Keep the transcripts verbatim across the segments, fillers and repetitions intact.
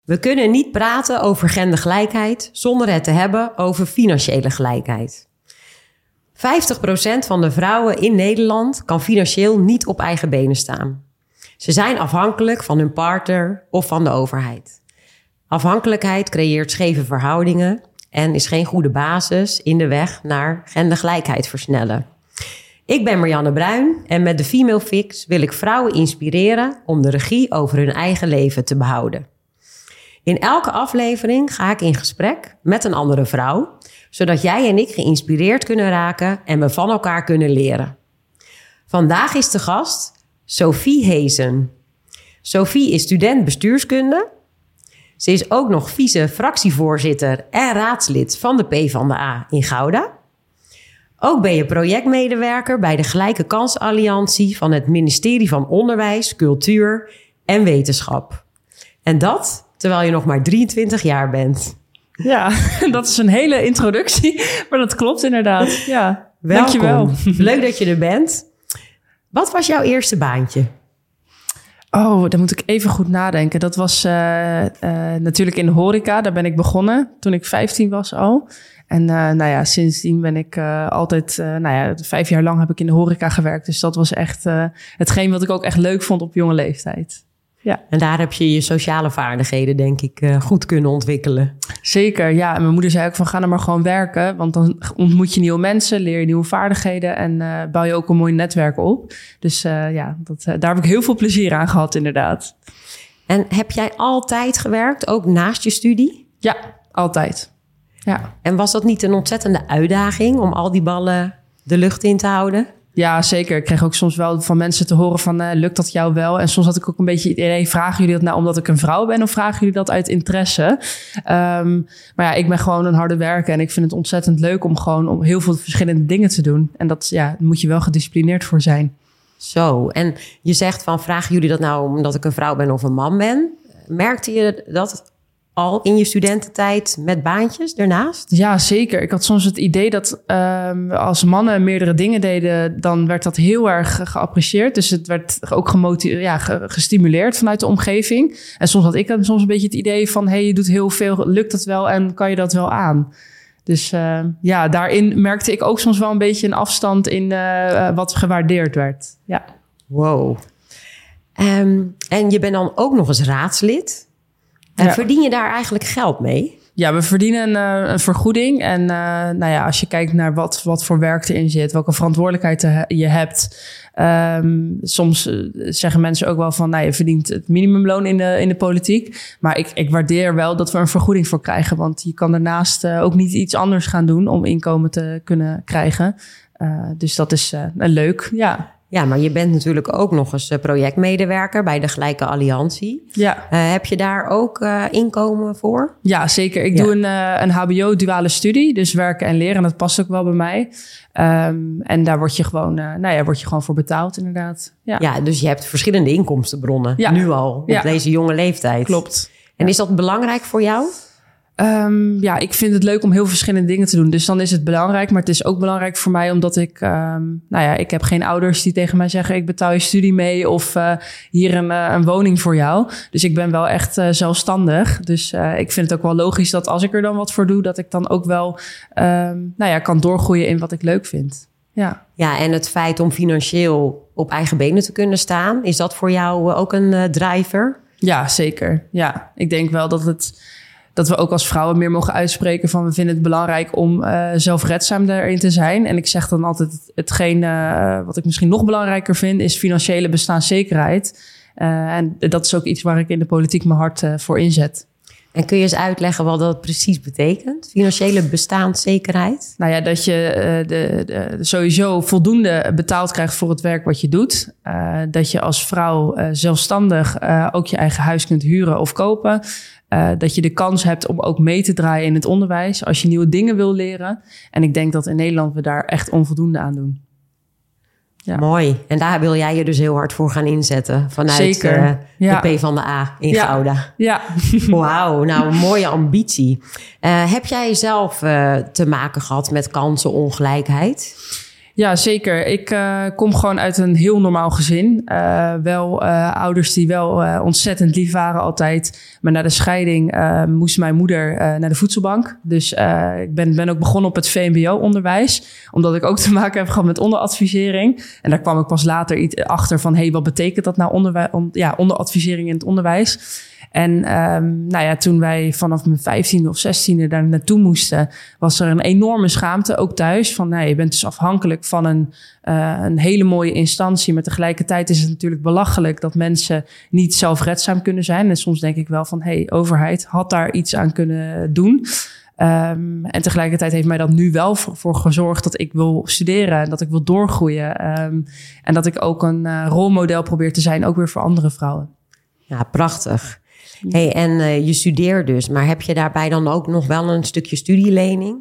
We kunnen niet praten over gendergelijkheid zonder het te hebben over financiële gelijkheid. vijftig procent van de vrouwen in Nederland kan financieel niet op eigen benen staan. Ze zijn afhankelijk van hun partner of van de overheid. Afhankelijkheid creëert scheve verhoudingen en is geen goede basis in de weg naar gendergelijkheid versnellen. Ik ben Marianne Bruin en met de Female Fix wil ik vrouwen inspireren om de regie over hun eigen leven te behouden. In elke aflevering ga ik in gesprek met een andere vrouw, zodat jij en ik geïnspireerd kunnen raken en we van elkaar kunnen leren. Vandaag is de gast Sophie Hezen. Sophie is student bestuurskunde. Ze is ook nog vice-fractievoorzitter en raadslid van de PvdA in Gouda. Ook ben je projectmedewerker bij de Gelijke Kans Alliantie van het ministerie van Onderwijs, Cultuur en Wetenschap. En dat terwijl je nog maar drieëntwintig jaar bent. Ja, dat is een hele introductie, maar dat klopt inderdaad. Ja, welkom. Dankjewel. Leuk dat je er bent. Wat was jouw eerste baantje? Oh, dan moet ik even goed nadenken. Dat was uh, uh, natuurlijk in de horeca. Daar ben ik begonnen toen ik vijftien was al. En uh, nou ja, sindsdien ben ik uh, altijd... Uh, nou ja, vijf jaar lang heb ik in de horeca gewerkt. Dus dat was echt uh, hetgeen wat ik ook echt leuk vond op jonge leeftijd. Ja. En daar heb je je sociale vaardigheden, denk ik, uh, goed kunnen ontwikkelen. Zeker, ja. En mijn moeder zei ook van ga er maar gewoon werken. Want dan ontmoet je nieuwe mensen, leer je nieuwe vaardigheden... en uh, bouw je ook een mooi netwerk op. Dus uh, ja, dat, uh, daar heb ik heel veel plezier aan gehad, inderdaad. En heb jij altijd gewerkt, ook naast je studie? Ja, altijd. Ja. En was dat niet een ontzettende uitdaging om al die ballen de lucht in te houden? Ja, zeker. Ik kreeg ook soms wel van mensen te horen van, uh, lukt dat jou wel? En soms had ik ook een beetje het idee, vragen jullie dat nou omdat ik een vrouw ben of vragen jullie dat uit interesse? Um, maar ja, ik ben gewoon een harde werker en ik vind het ontzettend leuk om gewoon om heel veel verschillende dingen te doen. En dat, ja, daar moet je wel gedisciplineerd voor zijn. Zo, en je zegt van, vragen jullie dat nou omdat ik een vrouw ben of een man ben? Merkte je dat al in je studententijd met baantjes ernaast? Ja, zeker. Ik had soms het idee dat um, als mannen meerdere dingen deden, dan werd dat heel erg geapprecieerd. Dus het werd ook gemotiveerd, ja, gestimuleerd vanuit de omgeving. En soms had ik dan soms een beetje het idee van, hey, je doet heel veel, lukt dat wel en kan je dat wel aan? Dus uh, ja, daarin merkte ik ook soms wel een beetje een afstand in uh, wat gewaardeerd werd. Ja. Wow. Um, en je bent dan ook nog eens raadslid. En ja. Verdien je daar eigenlijk geld mee? Ja, we verdienen een, uh, een vergoeding. En uh, nou ja, als je kijkt naar wat, wat voor werk erin zit, welke verantwoordelijkheid te, je hebt. Um, soms uh, zeggen mensen ook wel van, nou, je verdient het minimumloon in de, in de politiek. Maar ik, ik waardeer wel dat we een vergoeding voor krijgen. Want je kan daarnaast uh, ook niet iets anders gaan doen om inkomen te kunnen krijgen. Uh, dus dat is uh, leuk, ja. Ja, maar je bent natuurlijk ook nog eens projectmedewerker bij de Gelijke Alliantie. Ja. Uh, heb je daar ook uh, inkomen voor? Ja, zeker. Ik ja. doe een, uh, een H B O-duale studie, dus werken en leren. En dat past ook wel bij mij. Um, en daar word je gewoon, uh, nou ja, word je gewoon voor betaald, inderdaad. Ja, ja, dus je hebt verschillende inkomstenbronnen, ja. nu al, op ja. deze jonge leeftijd. Klopt. En ja. is dat belangrijk voor jou? Um, ja, ik vind het leuk om heel verschillende dingen te doen. Dus dan is het belangrijk. Maar het is ook belangrijk voor mij omdat ik... Um, nou ja, ik heb geen ouders die tegen mij zeggen, ik betaal je studie mee of uh, hier een, uh, een woning voor jou. Dus ik ben wel echt uh, zelfstandig. Dus uh, ik vind het ook wel logisch dat als ik er dan wat voor doe, dat ik dan ook wel um, nou ja, kan doorgroeien in wat ik leuk vind. Ja. Ja, en het feit om financieel op eigen benen te kunnen staan, is dat voor jou ook een uh, driver? Ja, zeker. Ja, ik denk wel dat het... dat we ook als vrouwen meer mogen uitspreken van we vinden het belangrijk om uh, zelfredzaam daarin te zijn. En ik zeg dan altijd hetgeen uh, wat ik misschien nog belangrijker vind is financiële bestaanszekerheid. Uh, en dat is ook iets waar ik in de politiek mijn hart uh, voor inzet. En kun je eens uitleggen wat dat precies betekent? Financiële bestaanszekerheid? Nou ja, dat je uh, de, de, sowieso voldoende betaald krijgt voor het werk wat je doet. Uh, dat je als vrouw uh, zelfstandig uh, ook je eigen huis kunt huren of kopen. Uh, dat je de kans hebt om ook mee te draaien in het onderwijs als je nieuwe dingen wil leren. En ik denk dat in Nederland we daar echt onvoldoende aan doen. Ja. Mooi. En daar wil jij je dus heel hard voor gaan inzetten vanuit Zeker. Uh, ja. de PvdA in ja. Gouda. Ja. Wauw, nou een mooie ambitie. Uh, heb jij zelf uh, te maken gehad met kansenongelijkheid? Ja, zeker. Ik uh, kom gewoon uit een heel normaal gezin. Uh, wel uh, ouders die wel uh, ontzettend lief waren altijd. Maar na de scheiding uh, moest mijn moeder uh, naar de voedselbank. Dus uh, ik ben, ben ook begonnen op het V M B O-onderwijs. Omdat ik ook te maken heb gehad met onderadvisering. En daar kwam ik pas later iets achter van... hé, hey, wat betekent dat nou onderwij- on, ja, onderadvisering in het onderwijs? En um, nou ja, toen wij vanaf mijn vijftiende of zestiende daar naartoe moesten... was er een enorme schaamte, ook thuis. Van nou, je bent dus afhankelijk van een, uh, een hele mooie instantie. Maar tegelijkertijd is het natuurlijk belachelijk... dat mensen niet zelfredzaam kunnen zijn. En soms denk ik wel van, hé, hey, overheid had daar iets aan kunnen doen... Um, en tegelijkertijd heeft mij dat nu wel voor, voor gezorgd dat ik wil studeren en dat ik wil doorgroeien. Um, en dat ik ook een uh, rolmodel probeer te zijn, ook weer voor andere vrouwen. Ja, prachtig. Hey, en uh, je studeert dus, maar heb je daarbij dan ook nog wel een stukje studielening?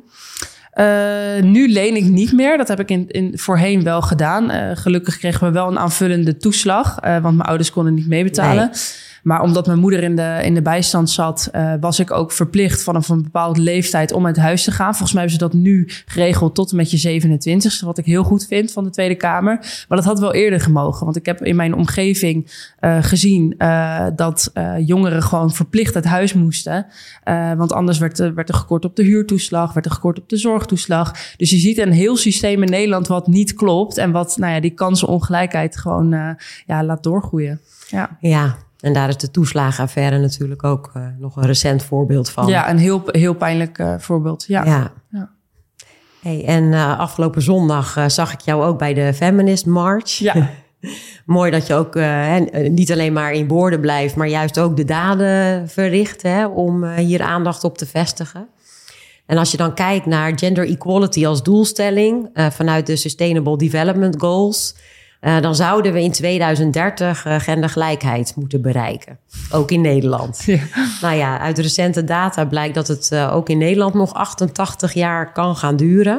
Uh, nu leen ik niet meer. Dat heb ik in, in voorheen wel gedaan. Uh, gelukkig kregen we wel een aanvullende toeslag, uh, want mijn ouders konden niet meebetalen. Nee. Maar omdat mijn moeder in de, in de bijstand zat, uh, was ik ook verplicht vanaf een bepaalde leeftijd om uit huis te gaan. Volgens mij hebben ze dat nu geregeld tot en met je zevenentwintigste, wat ik heel goed vind van de Tweede Kamer. Maar dat had wel eerder gemogen, want ik heb in mijn omgeving uh, gezien uh, dat uh, jongeren gewoon verplicht uit huis moesten. Uh, want anders werd, uh, werd er gekort op de huurtoeslag, werd er gekort op de zorgtoeslag. Dus je ziet een heel systeem in Nederland wat niet klopt en wat nou ja, die kansenongelijkheid gewoon uh, ja, laat doorgroeien. Ja. Ja. En daar is de toeslagenaffaire natuurlijk ook uh, nog een recent voorbeeld van. Ja, een heel, heel pijnlijk uh, voorbeeld. Ja. ja. ja. Hey, en uh, afgelopen zondag uh, zag ik jou ook bij de Feminist March. Ja. Mooi dat je ook uh, hè, niet alleen maar in woorden blijft, maar juist ook de daden verricht, hè, om uh, hier aandacht op te vestigen. En als je dan kijkt naar gender equality als doelstelling uh, vanuit de Sustainable Development Goals, Uh, dan zouden we in tweeduizend dertig uh, gendergelijkheid moeten bereiken. Ook in Nederland. Ja. Nou ja, uit recente data blijkt dat het uh, ook in Nederland nog achtentachtig jaar kan gaan duren.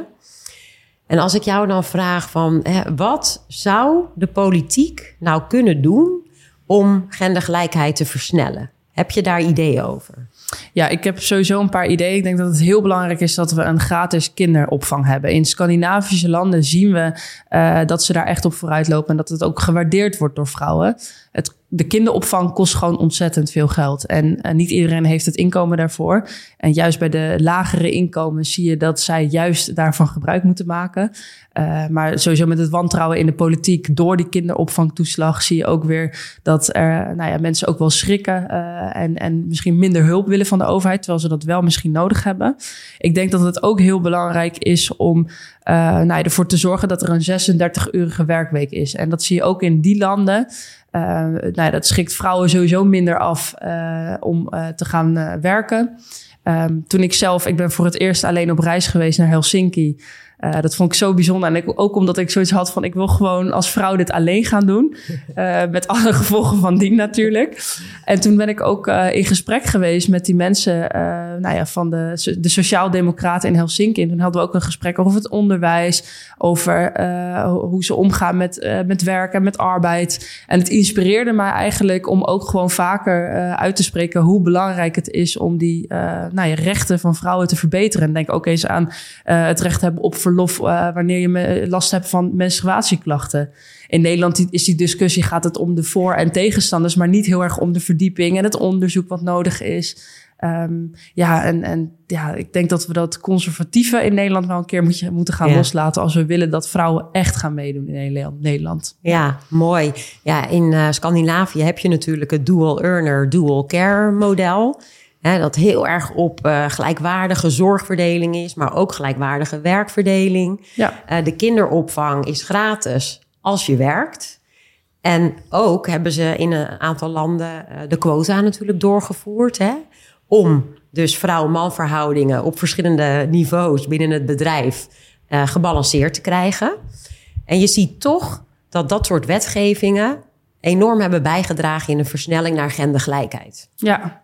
En als ik jou dan vraag van, hè, wat zou de politiek nou kunnen doen om gendergelijkheid te versnellen? Heb je daar ideeën over? Ja, ik heb sowieso een paar ideeën. Ik denk dat het heel belangrijk is dat we een gratis kinderopvang hebben. In Scandinavische landen zien we uh, dat ze daar echt op vooruit lopen en dat het ook gewaardeerd wordt door vrouwen. Het, de kinderopvang kost gewoon ontzettend veel geld. En uh, niet iedereen heeft het inkomen daarvoor. En juist bij de lagere inkomens zie je dat zij juist daarvan gebruik moeten maken. Uh, maar sowieso met het wantrouwen in de politiek door die kinderopvangtoeslag zie je ook weer dat er nou ja, mensen ook wel schrikken uh, en, en misschien minder hulp willen van de overheid, terwijl ze dat wel misschien nodig hebben. Ik denk dat het ook heel belangrijk is om uh, nou ja, ervoor te zorgen dat er een zesendertig-urige werkweek is. En dat zie je ook in die landen. Uh, nou ja, dat schrikt vrouwen sowieso minder af uh, om uh, te gaan uh, werken. Um, toen ik zelf, ik ben voor het eerst alleen op reis geweest naar Helsinki. Uh, dat vond ik zo bijzonder. En ik, ook omdat ik zoiets had van, ik wil gewoon als vrouw dit alleen gaan doen. Uh, met alle gevolgen van dien natuurlijk. En toen ben ik ook uh, in gesprek geweest met die mensen uh, nou ja, van de, de Sociaaldemocraten in Helsinki. En toen hadden we ook een gesprek over het onderwijs. Over uh, hoe ze omgaan met, uh, met werk en met arbeid. En het inspireerde mij eigenlijk om ook gewoon vaker uh, uit te spreken hoe belangrijk het is om die uh, nou ja, rechten van vrouwen te verbeteren. En denk ook eens aan uh, het recht hebben op verlof uh, wanneer je me, last hebt van menstruatieklachten. In Nederland is die discussie, gaat het om de voor- en tegenstanders, maar niet heel erg om de verdieping en het onderzoek wat nodig is. Um, ja, en, en ja, ik denk dat we dat conservatieve in Nederland wel een keer moet, moeten gaan ja. loslaten als we willen dat vrouwen echt gaan meedoen in Nederland. Ja, mooi. Ja, in uh, Scandinavië heb je natuurlijk het dual earner, dual care model. Hè, dat heel erg op uh, gelijkwaardige zorgverdeling is, maar ook gelijkwaardige werkverdeling. Ja. Uh, de kinderopvang is gratis als je werkt. En ook hebben ze in een aantal landen uh, de quota natuurlijk doorgevoerd, hè, om dus vrouw-man verhoudingen op verschillende niveaus binnen het bedrijf uh, gebalanceerd te krijgen. En je ziet toch dat dat soort wetgevingen enorm hebben bijgedragen in een versnelling naar gendergelijkheid. Ja.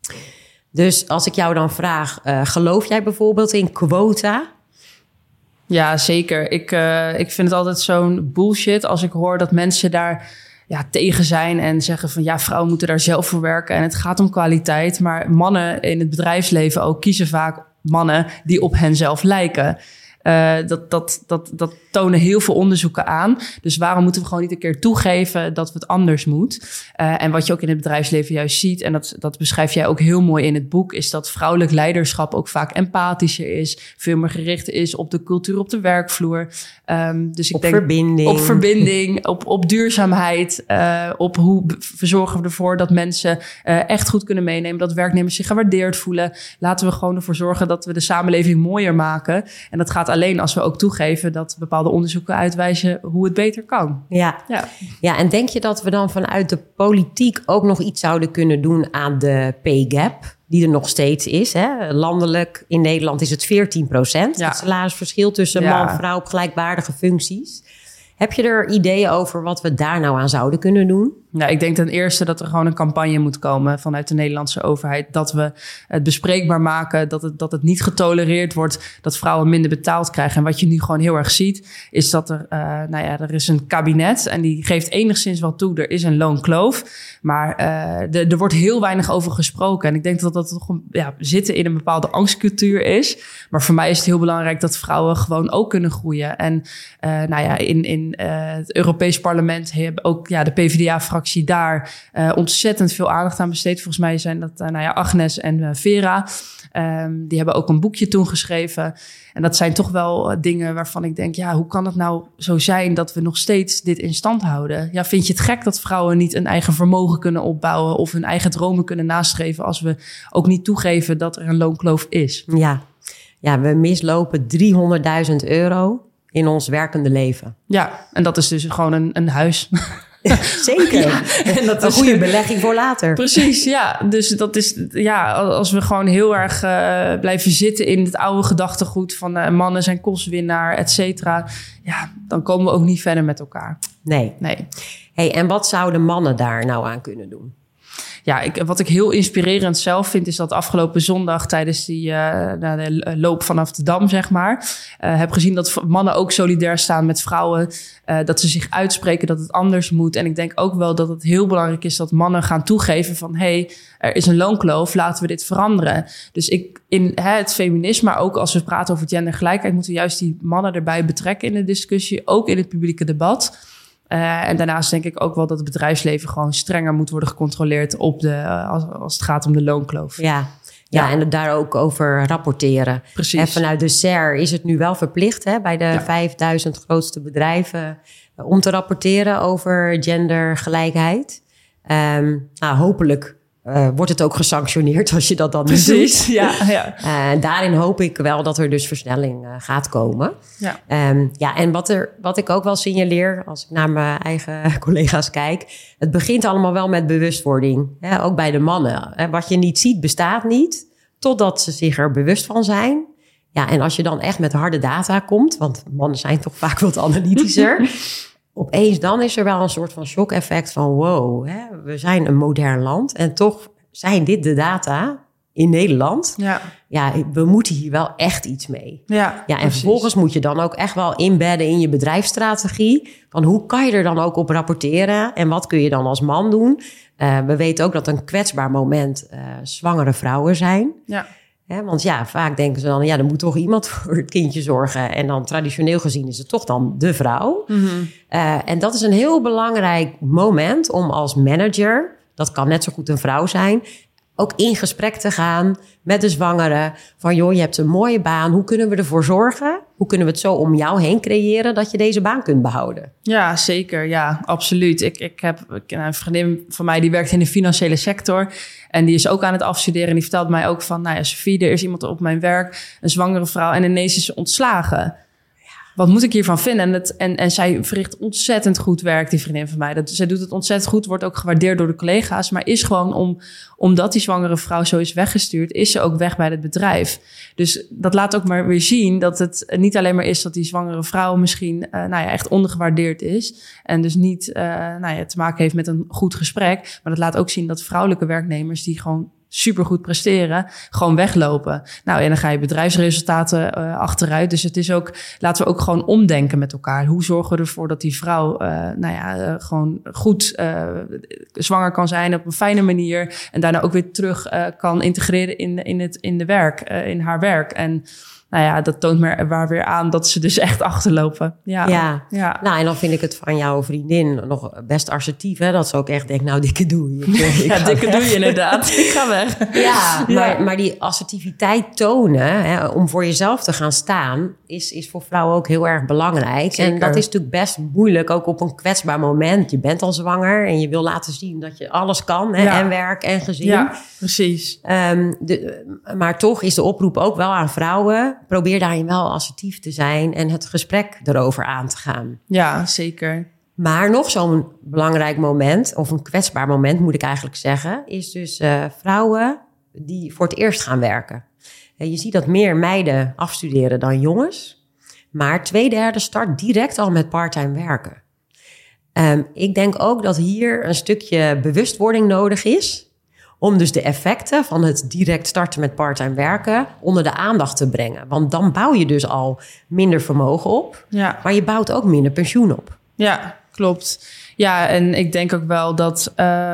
Dus als ik jou dan vraag, uh, geloof jij bijvoorbeeld in quota? Ja, zeker. Ik, uh, ik vind het altijd zo'n bullshit als ik hoor dat mensen daar ja, tegen zijn en zeggen van ja, vrouwen moeten daar zelf voor werken en het gaat om kwaliteit. Maar mannen in het bedrijfsleven ook kiezen vaak mannen die op hen zelf lijken. Uh, dat, dat, dat, dat tonen heel veel onderzoeken aan. Dus waarom moeten we gewoon niet een keer toegeven dat het anders moet? Uh, en wat je ook in het bedrijfsleven juist ziet, en dat, dat beschrijf jij ook heel mooi in het boek, is dat vrouwelijk leiderschap ook vaak empathischer is, veel meer gericht is op de cultuur op de werkvloer. Um, dus ik op denk, verbinding. Op verbinding, op, op duurzaamheid, uh, op hoe verzorgen we ervoor dat mensen uh, echt goed kunnen meenemen, dat werknemers zich gewaardeerd voelen. Laten we gewoon ervoor zorgen dat we de samenleving mooier maken. En dat gaat alleen als we ook toegeven dat bepaalde onderzoeken uitwijzen hoe het beter kan. Ja. Ja. Ja, en denk je dat we dan vanuit de politiek ook nog iets zouden kunnen doen aan de pay gap, die er nog steeds is? Hè? Landelijk in Nederland is het veertien procent. Ja. Het salarisverschil tussen ja. man en vrouw op gelijkwaardige functies. Heb je er ideeën over wat we daar nou aan zouden kunnen doen? Nou, ik denk ten eerste dat er gewoon een campagne moet komen vanuit de Nederlandse overheid. Dat we het bespreekbaar maken, dat het, dat het niet getolereerd wordt dat vrouwen minder betaald krijgen. En wat je nu gewoon heel erg ziet, is dat er, uh, nou ja, er is een kabinet en die geeft enigszins wel toe, er is een loonkloof. Maar uh, de, er wordt heel weinig over gesproken. En ik denk dat dat toch ja, zitten in een bepaalde angstcultuur is. Maar voor mij is het heel belangrijk dat vrouwen gewoon ook kunnen groeien. En uh, nou ja, in, in uh, het Europees Parlement hebben ook ja, de P v d A-fractie daar uh, ontzettend veel aandacht aan besteed. Volgens mij zijn dat uh, nou ja, Agnes en uh, Vera. Um, die hebben ook een boekje toen geschreven. En dat zijn toch wel uh, dingen waarvan ik denk, ja, hoe kan het nou zo zijn dat we nog steeds dit in stand houden? Ja, vind je het gek dat vrouwen niet een eigen vermogen kunnen opbouwen of hun eigen dromen kunnen nastreven als we ook niet toegeven dat er een loonkloof is? Ja, ja, we mislopen driehonderdduizend euro in ons werkende leven. Ja, en dat is dus gewoon een, een huis. Zeker. Ja, en dat is een goede belegging voor later. Precies, ja. Dus dat is, ja, als we gewoon heel erg uh, blijven zitten in het oude gedachtegoed van uh, mannen zijn kostwinnaar, et cetera. Ja, dan komen we ook niet verder met elkaar. Nee. nee. Hey, en wat zouden mannen daar nou aan kunnen doen? Ja, ik, wat ik heel inspirerend zelf vind, is dat afgelopen zondag tijdens die uh, de loop vanaf de Dam, zeg maar, uh, heb gezien dat mannen ook solidair staan met vrouwen. Uh, dat ze zich uitspreken dat het anders moet. En ik denk ook wel dat het heel belangrijk is dat mannen gaan toegeven van, hey, er is een loonkloof, laten we dit veranderen. Dus ik in hè, het feminisme, maar ook als we praten over gendergelijkheid, moeten we juist die mannen erbij betrekken in de discussie, ook in het publieke debat. Uh, en daarnaast denk ik ook wel dat het bedrijfsleven gewoon strenger moet worden gecontroleerd op de, uh, als, als het gaat om de loonkloof. Ja, ja, ja. En het daar ook over rapporteren. Precies. En vanuit de S E R is het nu wel verplicht hè, bij de ja. vijfduizend grootste bedrijven uh, om te rapporteren over gendergelijkheid. Um, nou, hopelijk Uh, wordt het ook gesanctioneerd als je dat dan niet Precies, doet. ja, ja. Uh, daarin hoop ik wel dat er dus versnelling uh, gaat komen. Ja. Um, ja, en wat, er, wat ik ook wel signaleer als ik naar mijn eigen collega's kijk, het begint allemaal wel met bewustwording. Hè, ook bij de mannen. Hè, wat je niet ziet, bestaat niet, totdat ze zich er bewust van zijn. Ja, en als je dan echt met harde data komt, want mannen zijn toch vaak wat analytischer. Opeens dan is er wel een soort van shock-effect van wow, hè, we zijn een modern land en toch zijn dit de data in Nederland. Ja, ja we moeten hier wel echt iets mee. Ja, ja, en precies. Vervolgens moet je dan ook echt wel inbedden in je bedrijfsstrategie. Van hoe kan je er dan ook op rapporteren en wat kun je dan als man doen? Uh, we weten ook dat een kwetsbaar moment uh, zwangere vrouwen zijn. Ja. He, want ja, vaak denken ze dan, ja, er moet toch iemand voor het kindje zorgen. En dan traditioneel gezien is het toch dan de vrouw. Mm-hmm. Uh, en dat is een heel belangrijk moment om als manager, dat kan net zo goed een vrouw zijn, ook in gesprek te gaan met de zwangere. Van joh, je hebt een mooie baan. Hoe kunnen we ervoor zorgen? Hoe kunnen we het zo om jou heen creëren dat je deze baan kunt behouden? Ja, zeker. Ja, absoluut. Ik, ik heb ik, een vriendin van mij die werkt in de financiële sector. En die is ook aan het afstuderen. En die vertelt mij ook van, nou ja, Sophie, er is iemand op mijn werk, een zwangere vrouw. En ineens is ze ontslagen. Wat moet ik hiervan vinden? En, het, en, en zij verricht ontzettend goed werk, die vriendin van mij. Dat, zij doet het ontzettend goed, wordt ook gewaardeerd door de collega's. Maar is gewoon, om, omdat die zwangere vrouw zo is weggestuurd, is ze ook weg bij het bedrijf. Dus dat laat ook maar weer zien dat het niet alleen maar is dat die zwangere vrouw misschien uh, nou ja, echt ondergewaardeerd is. En dus niet uh, nou ja, te maken heeft met een goed gesprek. Maar dat laat ook zien dat vrouwelijke werknemers die gewoon supergoed presteren, gewoon weglopen. Nou, en dan ga je bedrijfsresultaten uh, achteruit. Dus het is ook, laten we ook gewoon omdenken met elkaar. Hoe zorgen we ervoor dat die vrouw, uh, nou ja, uh, gewoon goed uh, zwanger kan zijn op een fijne manier en daarna ook weer terug uh, kan integreren in, in, het, in de werk, uh, in haar werk. En nou ja, dat toont maar waar weer aan dat ze dus echt achterlopen. Ja. Ja. ja. Nou, en dan vind ik het van jouw vriendin nog best assertief, hè? Dat ze ook echt denkt, nou, dikke doei. Ik, ik ja, dikke weg. doei inderdaad. Ik ga weg. Ja, Ja. maar, maar die assertiviteit tonen, hè, om voor jezelf te gaan staan, is, is voor vrouwen ook heel erg belangrijk. Zeker. En dat is natuurlijk best moeilijk, ook op een kwetsbaar moment. Je bent al zwanger en je wil laten zien dat je alles kan, hè? Ja. En werk en gezin. Ja, precies. Um, de, maar toch is de oproep ook wel aan vrouwen, probeer daarin wel assertief te zijn en het gesprek erover aan te gaan. Ja, zeker. Maar nog zo'n belangrijk moment, of een kwetsbaar moment moet ik eigenlijk zeggen, is dus uh, vrouwen die voor het eerst gaan werken. Uh, je ziet dat meer meiden afstuderen dan jongens, maar twee derde start direct al met parttime werken. Um, ik denk ook dat hier een stukje bewustwording nodig is om dus de effecten van het direct starten met parttime werken onder de aandacht te brengen. Want dan bouw je dus al minder vermogen op, Ja. maar je bouwt ook minder pensioen op. Ja, klopt. Ja, en ik denk ook wel dat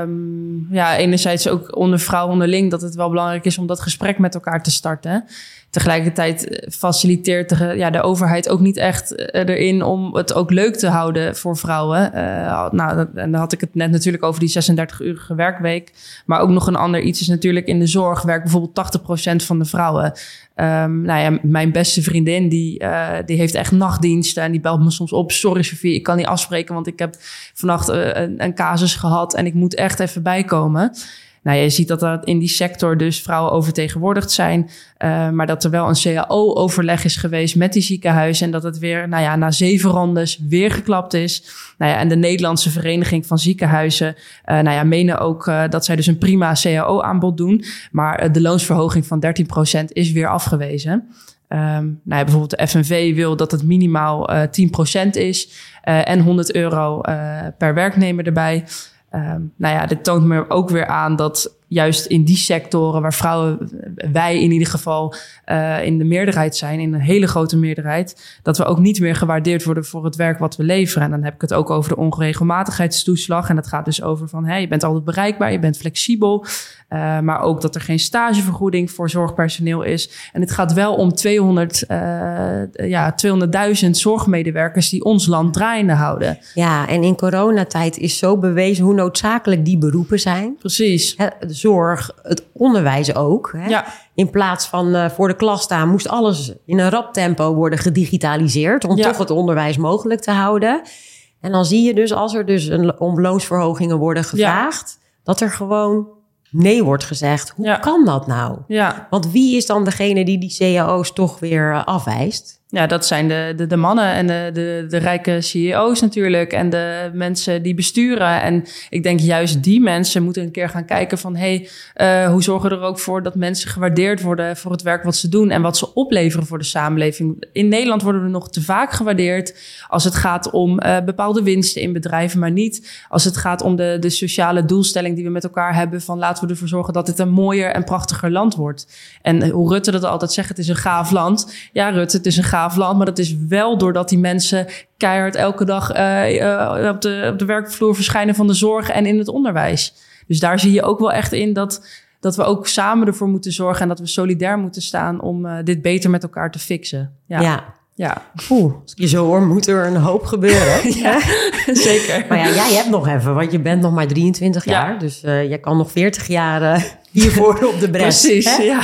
um, ja, enerzijds ook onder vrouwen onderling dat het wel belangrijk is om dat gesprek met elkaar te starten. Tegelijkertijd faciliteert de, ja, de overheid ook niet echt erin om het ook leuk te houden voor vrouwen. Uh, nou, en dan had ik het net natuurlijk over die zesendertig-urige werkweek. Maar ook nog een ander iets is natuurlijk in de zorg werkt bijvoorbeeld tachtig procent van de vrouwen. Um, nou ja, mijn beste vriendin, die, uh, die heeft echt nachtdiensten en die belt me soms op. Sorry Sophie, ik kan niet afspreken, want ik heb vannacht uh, een, een casus gehad en ik moet echt even bijkomen. Nou, je ziet dat er in die sector dus vrouwen overtegenwoordigd zijn. Uh, maar dat er wel een C A O-overleg is geweest met die ziekenhuizen. En dat het weer, nou ja, na zeven rondes weer geklapt is. Nou ja, en de Nederlandse Vereniging van Ziekenhuizen, uh, nou ja, menen ook uh, dat zij dus een prima C A O-aanbod doen. Maar uh, de loonsverhoging van dertien procent is weer afgewezen. Um, nou ja, bijvoorbeeld de F N V wil dat het minimaal uh, tien procent is. Uh, en honderd euro uh, per werknemer erbij. Um, nou ja, dit toont me ook weer aan dat juist in die sectoren waar vrouwen, wij in ieder geval uh, in de meerderheid zijn, in een hele grote meerderheid, dat we ook niet meer gewaardeerd worden voor het werk wat we leveren. En dan heb ik het ook over de onregelmatigheidstoeslag. En dat gaat dus over van, hey, je bent altijd bereikbaar, je bent flexibel. Uh, maar ook dat er geen stagevergoeding voor zorgpersoneel is. En het gaat wel om tweehonderd, uh, ja, tweehonderdduizend zorgmedewerkers die ons land draaiende houden. Ja, en in coronatijd is zo bewezen hoe noodzakelijk die beroepen zijn. Precies. He, de zorg, het onderwijs ook. Hè? Ja. In plaats van uh, voor de klas staan, moest alles in een rap tempo worden gedigitaliseerd om Ja. toch het onderwijs mogelijk te houden. En dan zie je dus, als er dus een, om loonsverhogingen worden gevraagd, ja. dat er gewoon nee wordt gezegd. Hoe Ja. kan dat nou? Ja. Want wie is dan degene die die C A O's toch weer uh, afwijst? Ja, dat zijn de, de, de mannen en de, de, de rijke C E O's natuurlijk en de mensen die besturen. En ik denk juist die mensen moeten een keer gaan kijken van, hey, uh, hoe zorgen we er ook voor dat mensen gewaardeerd worden voor het werk wat ze doen en wat ze opleveren voor de samenleving. In Nederland worden we nog te vaak gewaardeerd als het gaat om uh, bepaalde winsten in bedrijven, maar niet als het gaat om de, de sociale doelstelling die we met elkaar hebben van laten we ervoor zorgen dat dit een mooier en prachtiger land wordt. En hoe Rutte dat altijd zegt, het is een gaaf land. Ja, Rutte, het is een gaaf land, maar dat is wel doordat die mensen keihard elke dag uh, uh, op, de, op de werkvloer verschijnen van de zorg en in het onderwijs. Dus daar zie je ook wel echt in dat, dat we ook samen ervoor moeten zorgen en dat we solidair moeten staan om uh, dit beter met elkaar te fixen. Ja. Ja. Ja. Oeh, als ik je zo hoor, moet er een hoop gebeuren. Ja, zeker. Maar ja, jij hebt nog even, want je bent nog maar drieëntwintig jaar. Ja. Dus uh, jij kan nog veertig jaar uh, hiervoor op de bres. Precies, hè? ja.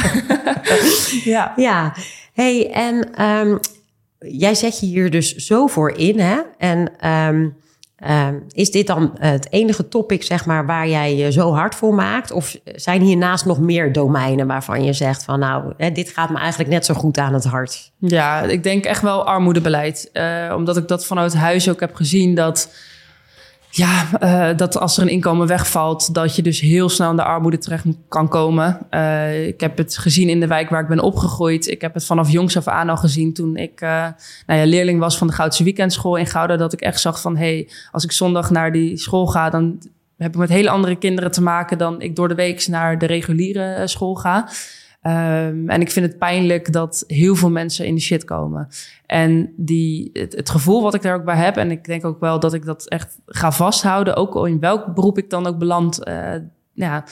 ja. Ja, hey, en um, jij zet je hier dus zo voor in, hè? En um, um, is dit dan het enige topic, zeg maar, waar jij je zo hard voor maakt? Of zijn hiernaast nog meer domeinen waarvan je zegt van, nou, hè, dit gaat me eigenlijk net zo goed aan het hart? Ja, ik denk echt wel armoedebeleid. Uh, omdat ik dat vanuit huis ook heb gezien dat, ja, uh, dat als er een inkomen wegvalt, dat je dus heel snel in de armoede terecht kan komen. Uh, ik heb het gezien in de wijk waar ik ben opgegroeid. Ik heb het vanaf jongs af aan al gezien toen ik uh, nou ja, leerling was van de Goudse Weekendschool in Gouda. Dat ik echt zag van, hey, als ik zondag naar die school ga, dan heb ik met hele andere kinderen te maken dan ik door de week naar de reguliere uh, school ga. Um, en ik vind het pijnlijk dat heel veel mensen in de shit komen. En die, het, het gevoel wat ik daar ook bij heb, en ik denk ook wel dat ik dat echt ga vasthouden, ook in welk beroep ik dan ook beland, uh, ja,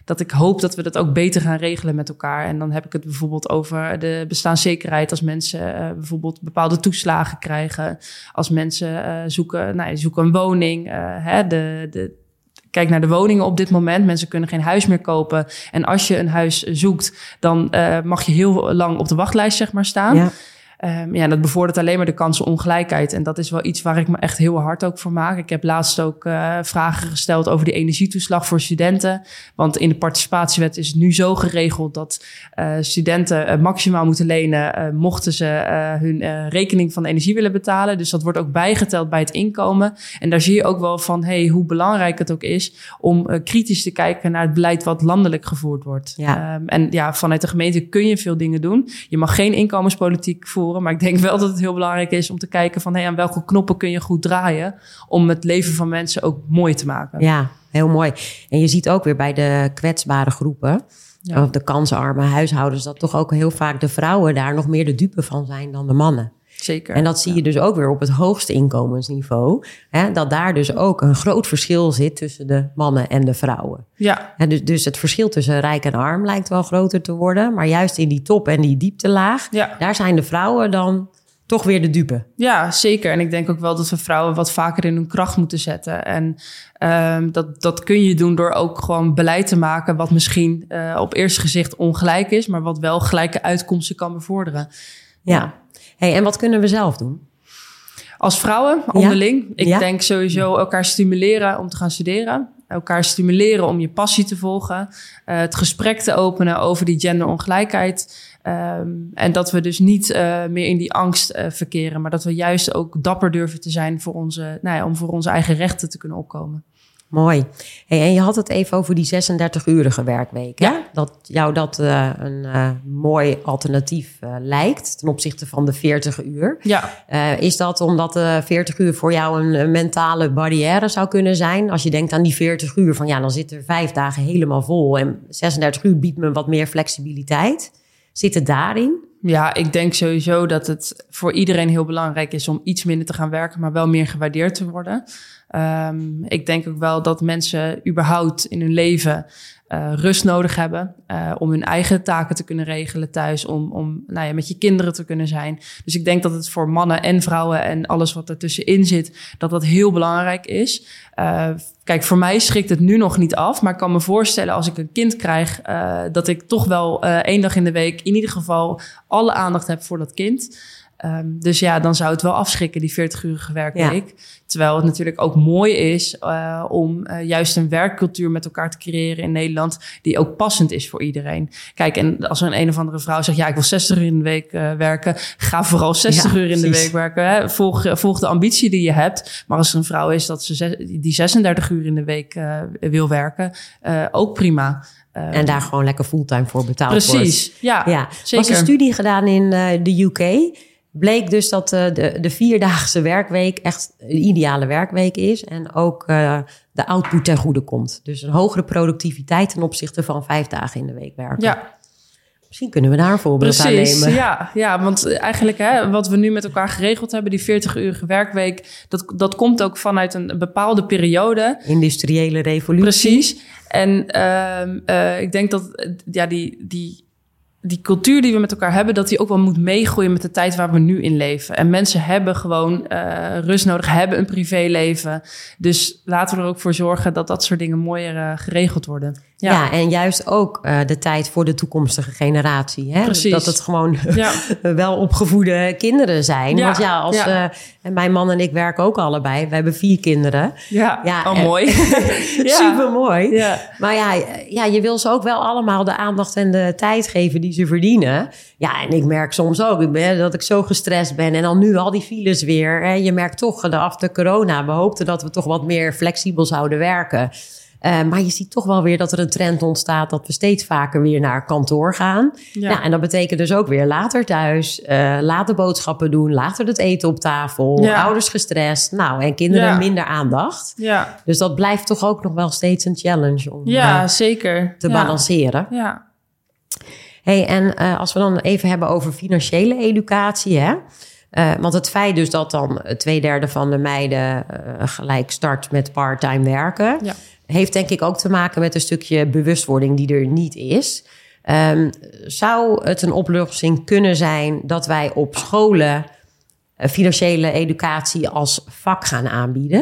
dat ik hoop dat we dat ook beter gaan regelen met elkaar. En dan heb ik het bijvoorbeeld over de bestaanszekerheid. Als mensen uh, bijvoorbeeld bepaalde toeslagen krijgen. Als mensen uh, zoeken, nou, zoeken een woning. Uh, hè, de, de, kijk naar de woningen op dit moment. Mensen kunnen geen huis meer kopen. En als je een huis zoekt, dan uh, mag je heel lang op de wachtlijst zeg maar staan. Ja. Um, ja, dat bevordert alleen maar de kansenongelijkheid. En dat is wel iets waar ik me echt heel hard ook voor maak. Ik heb laatst ook uh, vragen gesteld over die energietoeslag voor studenten. Want in de participatiewet is het nu zo geregeld dat uh, studenten uh, maximaal moeten lenen uh, mochten ze uh, hun uh, rekening van de energie willen betalen. Dus dat wordt ook bijgeteld bij het inkomen. En daar zie je ook wel van hey, hoe belangrijk het ook is om uh, kritisch te kijken naar het beleid wat landelijk gevoerd wordt. Ja. Um, en ja, vanuit de gemeente kun je veel dingen doen. Je mag geen inkomenspolitiek voeren. Maar ik denk wel dat het heel belangrijk is om te kijken van hey, aan welke knoppen kun je goed draaien om het leven van mensen ook mooi te maken. Ja, heel mooi. En je ziet ook weer bij de kwetsbare groepen, ja. of de kansarme huishoudens, dat toch ook heel vaak de vrouwen daar nog meer de dupe van zijn dan de mannen. Zeker. En dat zie je ja. dus ook weer op het hoogste inkomensniveau. Hè, dat daar dus ook een groot verschil zit tussen de mannen en de vrouwen. Ja. En dus, dus het verschil tussen rijk en arm lijkt wel groter te worden. Maar juist in die top en die dieptelaag, ja. daar zijn de vrouwen dan toch weer de dupe. Ja, zeker. En ik denk ook wel dat we vrouwen wat vaker in hun kracht moeten zetten. En um, dat, dat kun je doen door ook gewoon beleid te maken wat misschien uh, op eerste gezicht ongelijk is, maar wat wel gelijke uitkomsten kan bevorderen. Ja. ja. Hey, en wat kunnen we zelf doen? Als vrouwen, onderling. Ja? Ik ja? denk sowieso elkaar stimuleren om te gaan studeren. Elkaar stimuleren om je passie te volgen. Uh, het gesprek te openen over die genderongelijkheid. Um, en dat we dus niet uh, meer in die angst uh, verkeren. Maar dat we juist ook dapper durven te zijn voor onze, nou ja, om voor onze eigen rechten te kunnen opkomen. Mooi. Hey, en je had het even over die zesendertig-urige werkweek. Hè? Ja. Dat jou dat uh, een uh, mooi alternatief uh, lijkt ten opzichte van de veertig uur. Ja. Uh, is dat omdat de veertig uur voor jou een, een mentale barrière zou kunnen zijn? Als je denkt aan die veertig uur, van ja, dan zit er vijf dagen helemaal vol. En zesendertig uur biedt me wat meer flexibiliteit. Zit het daarin? Ja, ik denk sowieso dat het voor iedereen heel belangrijk is om iets minder te gaan werken, maar wel meer gewaardeerd te worden. Um, ik denk ook wel dat mensen überhaupt in hun leven uh, rust nodig hebben uh, om hun eigen taken te kunnen regelen thuis, om, om nou ja, met je kinderen te kunnen zijn. Dus ik denk dat het voor mannen en vrouwen en alles wat ertussenin zit, dat dat heel belangrijk is. Uh, kijk, voor mij schrikt het nu nog niet af, maar ik kan me voorstellen als ik een kind krijg, uh, dat ik toch wel uh, één dag in de week in ieder geval alle aandacht heb voor dat kind. Um, dus ja, dan zou het wel afschrikken, die veertig-urige werkweek. Ja. Terwijl het natuurlijk ook mooi is uh, om uh, juist een werkcultuur met elkaar te creëren in Nederland die ook passend is voor iedereen. Kijk, en als er een een of andere vrouw zegt, ja, ik wil zestig uur in de week uh, werken, ga vooral zestig ja, uur in precies. de week werken. Hè. Volg, volg de ambitie die je hebt. Maar als er een vrouw is dat ze zes, die zesendertig uur in de week uh, wil werken, uh, ook prima. Uh, en daar gewoon lekker fulltime voor betaald precies, wordt. Precies, ja, ja. zeker. Was een studie gedaan in uh, de U K. Bleek dus dat uh, de, de vierdaagse werkweek echt een ideale werkweek is. En ook uh, de output ten goede komt. Dus een hogere productiviteit ten opzichte van vijf dagen in de week werken. Ja. Misschien kunnen we daar een voorbeeld aan nemen. Precies, ja, ja, want eigenlijk hè, wat we nu met elkaar geregeld hebben, die veertig-urige werkweek, dat, dat komt ook vanuit een bepaalde periode. Industriële revolutie. Precies. En uh, uh, ik denk dat ja, die, die, die cultuur die we met elkaar hebben, dat die ook wel moet meegroeien met de tijd waar we nu in leven. En mensen hebben gewoon uh, rust nodig, hebben een privéleven. Dus laten we er ook voor zorgen dat dat soort dingen mooier uh, geregeld worden. Ja. ja, en juist ook uh, de tijd voor de toekomstige generatie. Hè? Precies. Dat het gewoon ja. wel opgevoede kinderen zijn. Ja. Want ja, als ja. Uh, en mijn man en ik werken ook allebei. We hebben vier kinderen. Ja, ja oh, mooi. ja. Super mooi. Ja. Maar ja, ja, je wil ze ook wel allemaal de aandacht en de tijd geven die ze verdienen. Ja, en ik merk soms ook ik ben, dat ik zo gestrest ben. En dan nu al die files weer. Hè? Je merkt toch, de after corona, we hoopten dat we toch wat meer flexibel zouden werken. Uh, maar je ziet toch wel weer dat er een trend ontstaat dat we steeds vaker weer naar kantoor gaan. Ja. Nou, en dat betekent dus ook weer later thuis, uh, later boodschappen doen, later het eten op tafel, ja. ouders gestrest, nou en kinderen ja. minder aandacht. Ja. Dus dat blijft toch ook nog wel steeds een challenge om ja, uh, zeker. te ja. balanceren. Ja. Hey, en uh, als we dan even hebben over financiële educatie, hè? Uh, want het feit dus dat dan twee derde van de meiden uh, gelijk start met parttime werken... Ja. heeft denk ik ook te maken met een stukje bewustwording die er niet is. Um, zou het een oplossing kunnen zijn dat wij op scholen uh, financiële educatie als vak gaan aanbieden?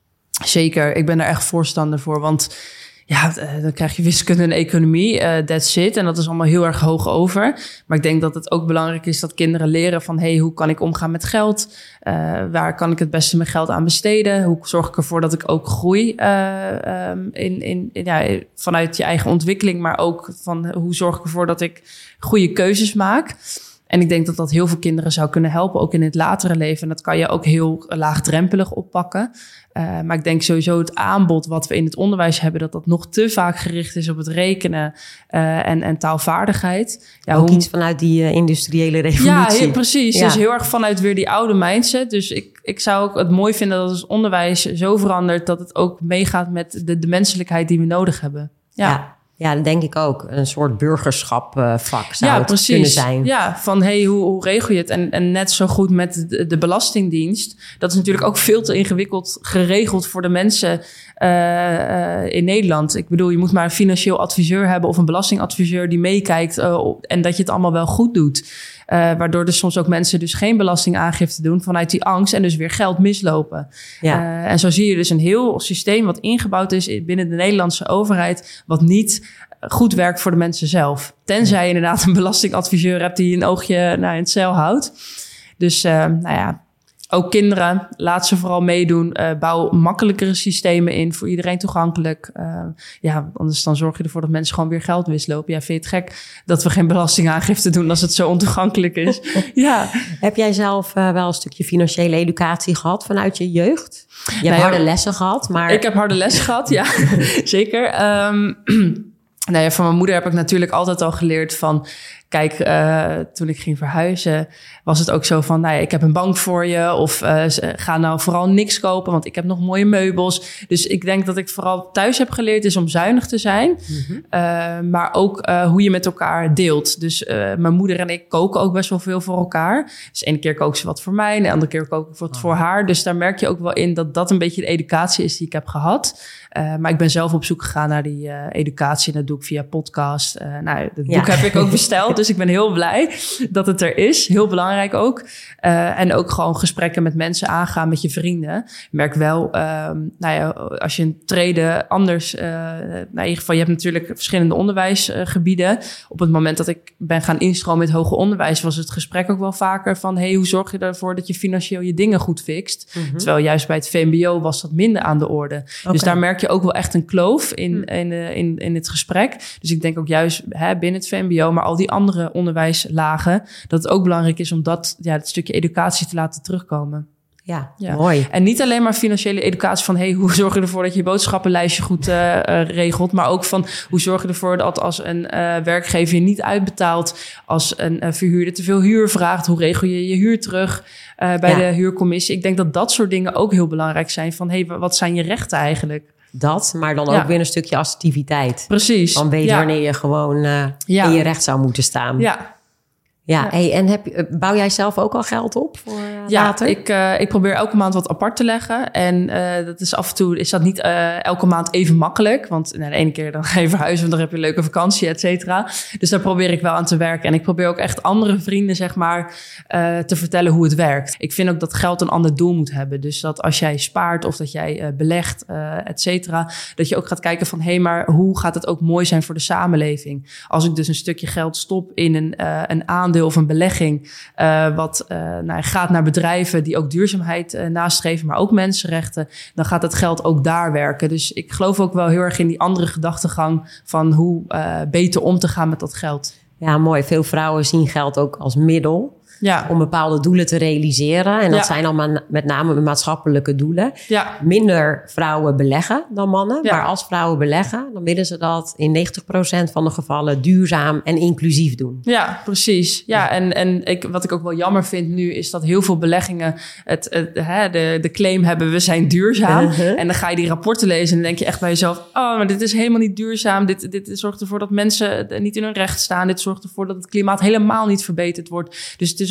Zeker, ik ben daar echt voorstander voor, want... Ja, dan krijg je wiskunde en economie, uh, that's it. En dat is allemaal heel erg hoog over. Maar ik denk dat het ook belangrijk is dat kinderen leren van... hey, hoe kan ik omgaan met geld? Uh, waar kan ik het beste mijn geld aan besteden? Hoe zorg ik ervoor dat ik ook groei uh, um, in, in, in, ja, vanuit je eigen ontwikkeling... maar ook van hoe zorg ik ervoor dat ik goede keuzes maak... En ik denk dat dat heel veel kinderen zou kunnen helpen, ook in het latere leven. En dat kan je ook heel laagdrempelig oppakken. Uh, maar ik denk sowieso het aanbod wat we in het onderwijs hebben... dat dat nog te vaak gericht is op het rekenen uh, en, en taalvaardigheid. Ja, ook hoe... iets vanuit die uh, industriële revolutie. Ja, heel, precies. Ja. Dus heel erg vanuit weer die oude mindset. Dus ik, ik zou ook het mooi vinden dat het onderwijs zo verandert... dat het ook meegaat met de, de menselijkheid die we nodig hebben. Ja. ja. Ja, dat denk ik ook. Een soort burgerschapvak zou ja, het precies. kunnen zijn. Ja, van hey, hoe, hoe regel je het? En, en net zo goed met de, de Belastingdienst. Dat is natuurlijk ook veel te ingewikkeld geregeld voor de mensen uh, uh, in Nederland. Ik bedoel, je moet maar een financieel adviseur hebben... of een belastingadviseur die meekijkt... Uh, en dat je het allemaal wel goed doet. Uh, waardoor er soms ook mensen dus geen belastingaangifte doen... vanuit die angst en dus weer geld mislopen. Ja. Uh, en zo zie je dus een heel systeem wat ingebouwd is... binnen de Nederlandse overheid... wat niet goed werkt voor de mensen zelf. Tenzij je inderdaad een belastingadviseur hebt... die een oogje nou, in het zeil houdt. Dus uh, nou ja... Ook kinderen, laat ze vooral meedoen. Uh, bouw makkelijkere systemen in, voor iedereen toegankelijk. Uh, ja, anders dan zorg je ervoor dat mensen gewoon weer geld mislopen. Ja, vind je het gek dat we geen belastingaangifte doen als het zo ontoegankelijk is? Ja. Heb jij zelf uh, wel een stukje financiële educatie gehad vanuit je jeugd? Je hebt nou ja, harde lessen gehad, maar... Ik heb harde lessen gehad, ja, zeker. Um, nou ja, van mijn moeder heb ik natuurlijk altijd al geleerd van... Kijk, uh, toen ik ging verhuizen was het ook zo van... nou ja, ik heb een bank voor je of uh, ga nou vooral niks kopen... want ik heb nog mooie meubels. Dus ik denk dat ik vooral thuis heb geleerd is om zuinig te zijn. Mm-hmm. Uh, maar ook uh, hoe je met elkaar deelt. Dus uh, mijn moeder en ik koken ook best wel veel voor elkaar. Dus de ene keer kook ze wat voor mij... en de andere keer kook ik wat oh. voor haar. Dus daar merk je ook wel in dat dat een beetje de educatie is die ik heb gehad... Uh, maar ik ben zelf op zoek gegaan naar die uh, educatie. En dat doe ik via podcast. Uh, nou, het boek ja. heb ik ook besteld. Dus ik ben heel blij dat het er is. Heel belangrijk ook. Uh, en ook gewoon gesprekken met mensen aangaan met je vrienden. Ik merk wel, uh, nou ja, als je een treden anders... Uh, nou in ieder geval, je hebt natuurlijk verschillende onderwijsgebieden. Op het moment dat ik ben gaan instromen met hoger onderwijs... was het gesprek ook wel vaker van... hey, hoe zorg je ervoor dat je financieel je dingen goed fixt? Mm-hmm. Terwijl juist bij het V M B O was dat minder aan de orde. Okay. Dus daar merk je ook wel echt een kloof in, in, in, in het gesprek. Dus ik denk ook juist hè, binnen het V M B O... maar al die andere onderwijslagen... dat het ook belangrijk is om dat, ja, dat stukje educatie te laten terugkomen. Ja, ja, mooi. En niet alleen maar financiële educatie van... hey, hoe zorg je ervoor dat je je boodschappenlijstje goed uh, uh, regelt... maar ook van hoe zorg je ervoor dat als een uh, werkgever je niet uitbetaalt... als een uh, verhuurder te veel huur vraagt... hoe regel je je huur terug uh, bij ja. de huurcommissie? Ik denk dat dat soort dingen ook heel belangrijk zijn... van hey, wat zijn je rechten eigenlijk? Dat, maar dan ook ja. weer een stukje assertiviteit. Precies. Dan weet ja. wanneer je gewoon uh, ja. in je recht zou moeten staan. Ja. Ja, ja. Hey, en heb, bouw jij zelf ook al geld op voor uh, ja, later? Ik, uh, ik probeer elke maand wat apart te leggen. En uh, dat is af en toe is dat niet uh, elke maand even makkelijk. Want nou, de ene keer dan ga je verhuizen, want dan heb je een leuke vakantie, et cetera. Dus daar probeer ik wel aan te werken. En ik probeer ook echt andere vrienden, zeg maar, uh, te vertellen hoe het werkt. Ik vind ook dat geld een ander doel moet hebben. Dus dat als jij spaart of dat jij uh, belegt, uh, et cetera, dat je ook gaat kijken van, hé, hey, maar hoe gaat het ook mooi zijn voor de samenleving? Als ik dus een stukje geld stop in een, uh, een aandeel of een belegging, uh, wat uh, nou, gaat naar bedrijven die ook duurzaamheid uh, nastreven, maar ook mensenrechten, dan gaat het geld ook daar werken. Dus ik geloof ook wel heel erg in die andere gedachtegang van hoe uh, beter om te gaan met dat geld. Ja, mooi. Veel vrouwen zien geld ook als middel. Ja. Om bepaalde doelen te realiseren. En dat ja. zijn dan met name maatschappelijke doelen. Ja. Minder vrouwen beleggen dan mannen. Ja. Maar als vrouwen beleggen, dan willen ze dat in negentig procent van de gevallen duurzaam en inclusief doen. Ja, precies. Ja, ja. en, en ik, wat ik ook wel jammer vind nu, is dat heel veel beleggingen het, het, hè, de, de claim hebben, we zijn duurzaam. Uh-huh. En dan ga je die rapporten lezen en dan denk je echt bij jezelf, oh, maar dit is helemaal niet duurzaam. Dit, dit zorgt ervoor dat mensen niet in hun recht staan. Dit zorgt ervoor dat het klimaat helemaal niet verbeterd wordt. Dus het is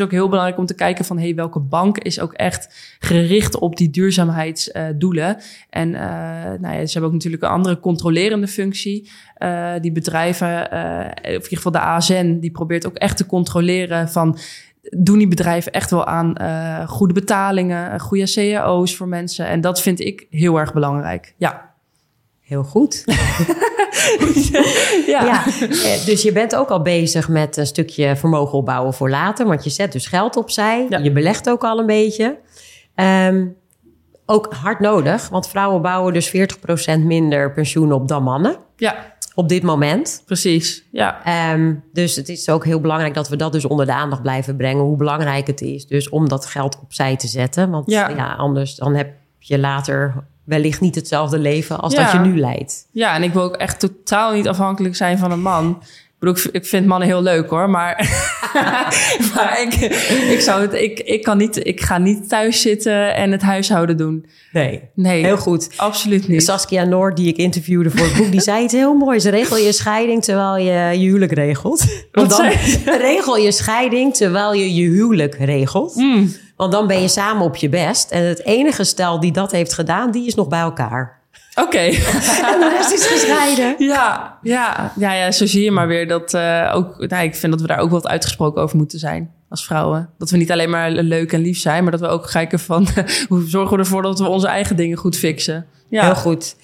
ook heel belangrijk om te kijken van, hey, welke bank is ook echt gericht op die duurzaamheidsdoelen. Uh, en uh, nou ja, ze hebben ook natuurlijk een andere controlerende functie. Uh, die bedrijven, uh, of in ieder geval de A S N, die probeert ook echt te controleren van, doen die bedrijven echt wel aan uh, goede betalingen, goede C A O's voor mensen. En dat vind ik heel erg belangrijk. Ja. Heel goed. ja. ja. Dus je bent ook al bezig met een stukje vermogen opbouwen voor later. Want je zet dus geld opzij. Ja. Je belegt ook al een beetje. Um, ook hard nodig. Want vrouwen bouwen dus veertig procent minder pensioen op dan mannen. Ja. Op dit moment. Precies, ja. Um, dus het is ook heel belangrijk dat we dat dus onder de aandacht blijven brengen. Hoe belangrijk het is dus om dat geld opzij te zetten. Want ja, ja anders dan heb je later wellicht niet hetzelfde leven als ja. dat je nu leidt. Ja, en ik wil ook echt totaal niet afhankelijk zijn van een man. Ik bedoel, ik vind mannen heel leuk hoor, maar, maar ik, ik, zou het, ik, ik, kan niet, ik ga niet thuis zitten en het huishouden doen. Nee, nee, heel goed. Absoluut niet. Saskia Noord, die ik interviewde voor het boek, die zei het heel mooi. Ze regel je scheiding terwijl je je huwelijk regelt. Want dan regel je scheiding terwijl je je huwelijk regelt. Mm. Want dan ben je samen op je best. En het enige stel die dat heeft gedaan, die is nog bij elkaar. Oké. Okay. En de rest is gescheiden. Ja, ja, ja, ja, zo zie je maar weer dat uh, ook... Nou, ik vind dat we daar ook wat uitgesproken over moeten zijn als vrouwen. Dat we niet alleen maar leuk en lief zijn, maar dat we ook kijken van hoe zorgen we ervoor dat we onze eigen dingen goed fixen. Ja. Heel goed.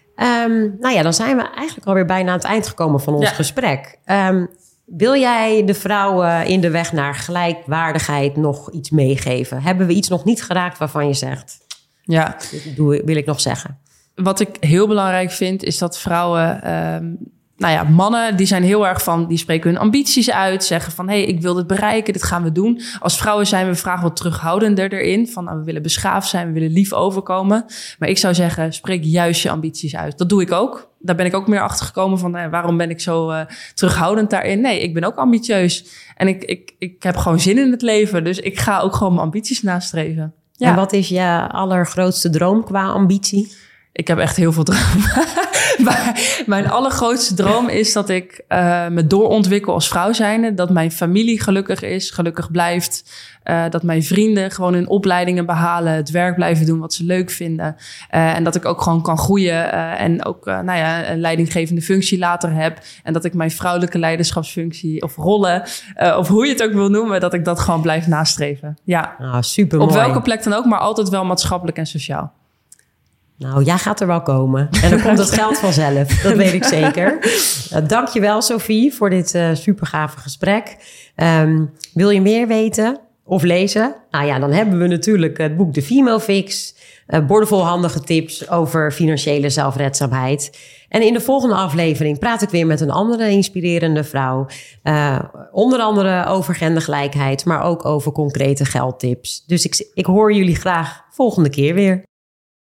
Um, nou ja, dan zijn we eigenlijk alweer bijna aan het eind gekomen van ons ja. gesprek. Um, wil jij de vrouwen in de weg naar gelijkwaardigheid nog iets meegeven? Hebben we iets nog niet geraakt waarvan je zegt? Ja. Dat doe, wil ik nog zeggen. Wat ik heel belangrijk vind, is dat vrouwen... Um, nou ja, mannen die zijn heel erg van... die spreken hun ambities uit, zeggen van... hé, hey, ik wil dit bereiken, dit gaan we doen. Als vrouwen zijn we vaak wat terughoudender erin. Van, nou, we willen beschaafd zijn, we willen lief overkomen. Maar ik zou zeggen, spreek juist je ambities uit. Dat doe ik ook. Daar ben ik ook meer achter gekomen van... Nou, waarom ben ik zo uh, terughoudend daarin? Nee, ik ben ook ambitieus. En ik, ik, ik heb gewoon zin in het leven. Dus ik ga ook gewoon mijn ambities nastreven. Ja. En wat is je allergrootste droom qua ambitie? Ik heb echt heel veel dromen. Maar mijn allergrootste droom is dat ik uh, me doorontwikkel als vrouw zijnde. Dat mijn familie gelukkig is, gelukkig blijft. Uh, dat mijn vrienden gewoon hun opleidingen behalen. Het werk blijven doen wat ze leuk vinden. Uh, en dat ik ook gewoon kan groeien. Uh, en ook uh, nou ja, een leidinggevende functie later heb. En dat ik mijn vrouwelijke leiderschapsfunctie of rollen... Uh, of hoe je het ook wil noemen, dat ik dat gewoon blijf nastreven. Ja, ah, super mooi. Op welke plek dan ook, maar altijd wel maatschappelijk en sociaal. Nou, jij gaat er wel komen. En dan komt het geld vanzelf. Dat weet ik zeker. Uh, Dank je wel, Sophie, voor dit uh, supergave gesprek. Um, wil je meer weten of lezen? Nou ja, dan hebben we natuurlijk het boek The Female Fix. Uh, boordevol handige tips over financiële zelfredzaamheid. En in de volgende aflevering praat ik weer met een andere inspirerende vrouw. Uh, onder andere over gendergelijkheid, maar ook over concrete geldtips. Dus ik, ik hoor jullie graag volgende keer weer.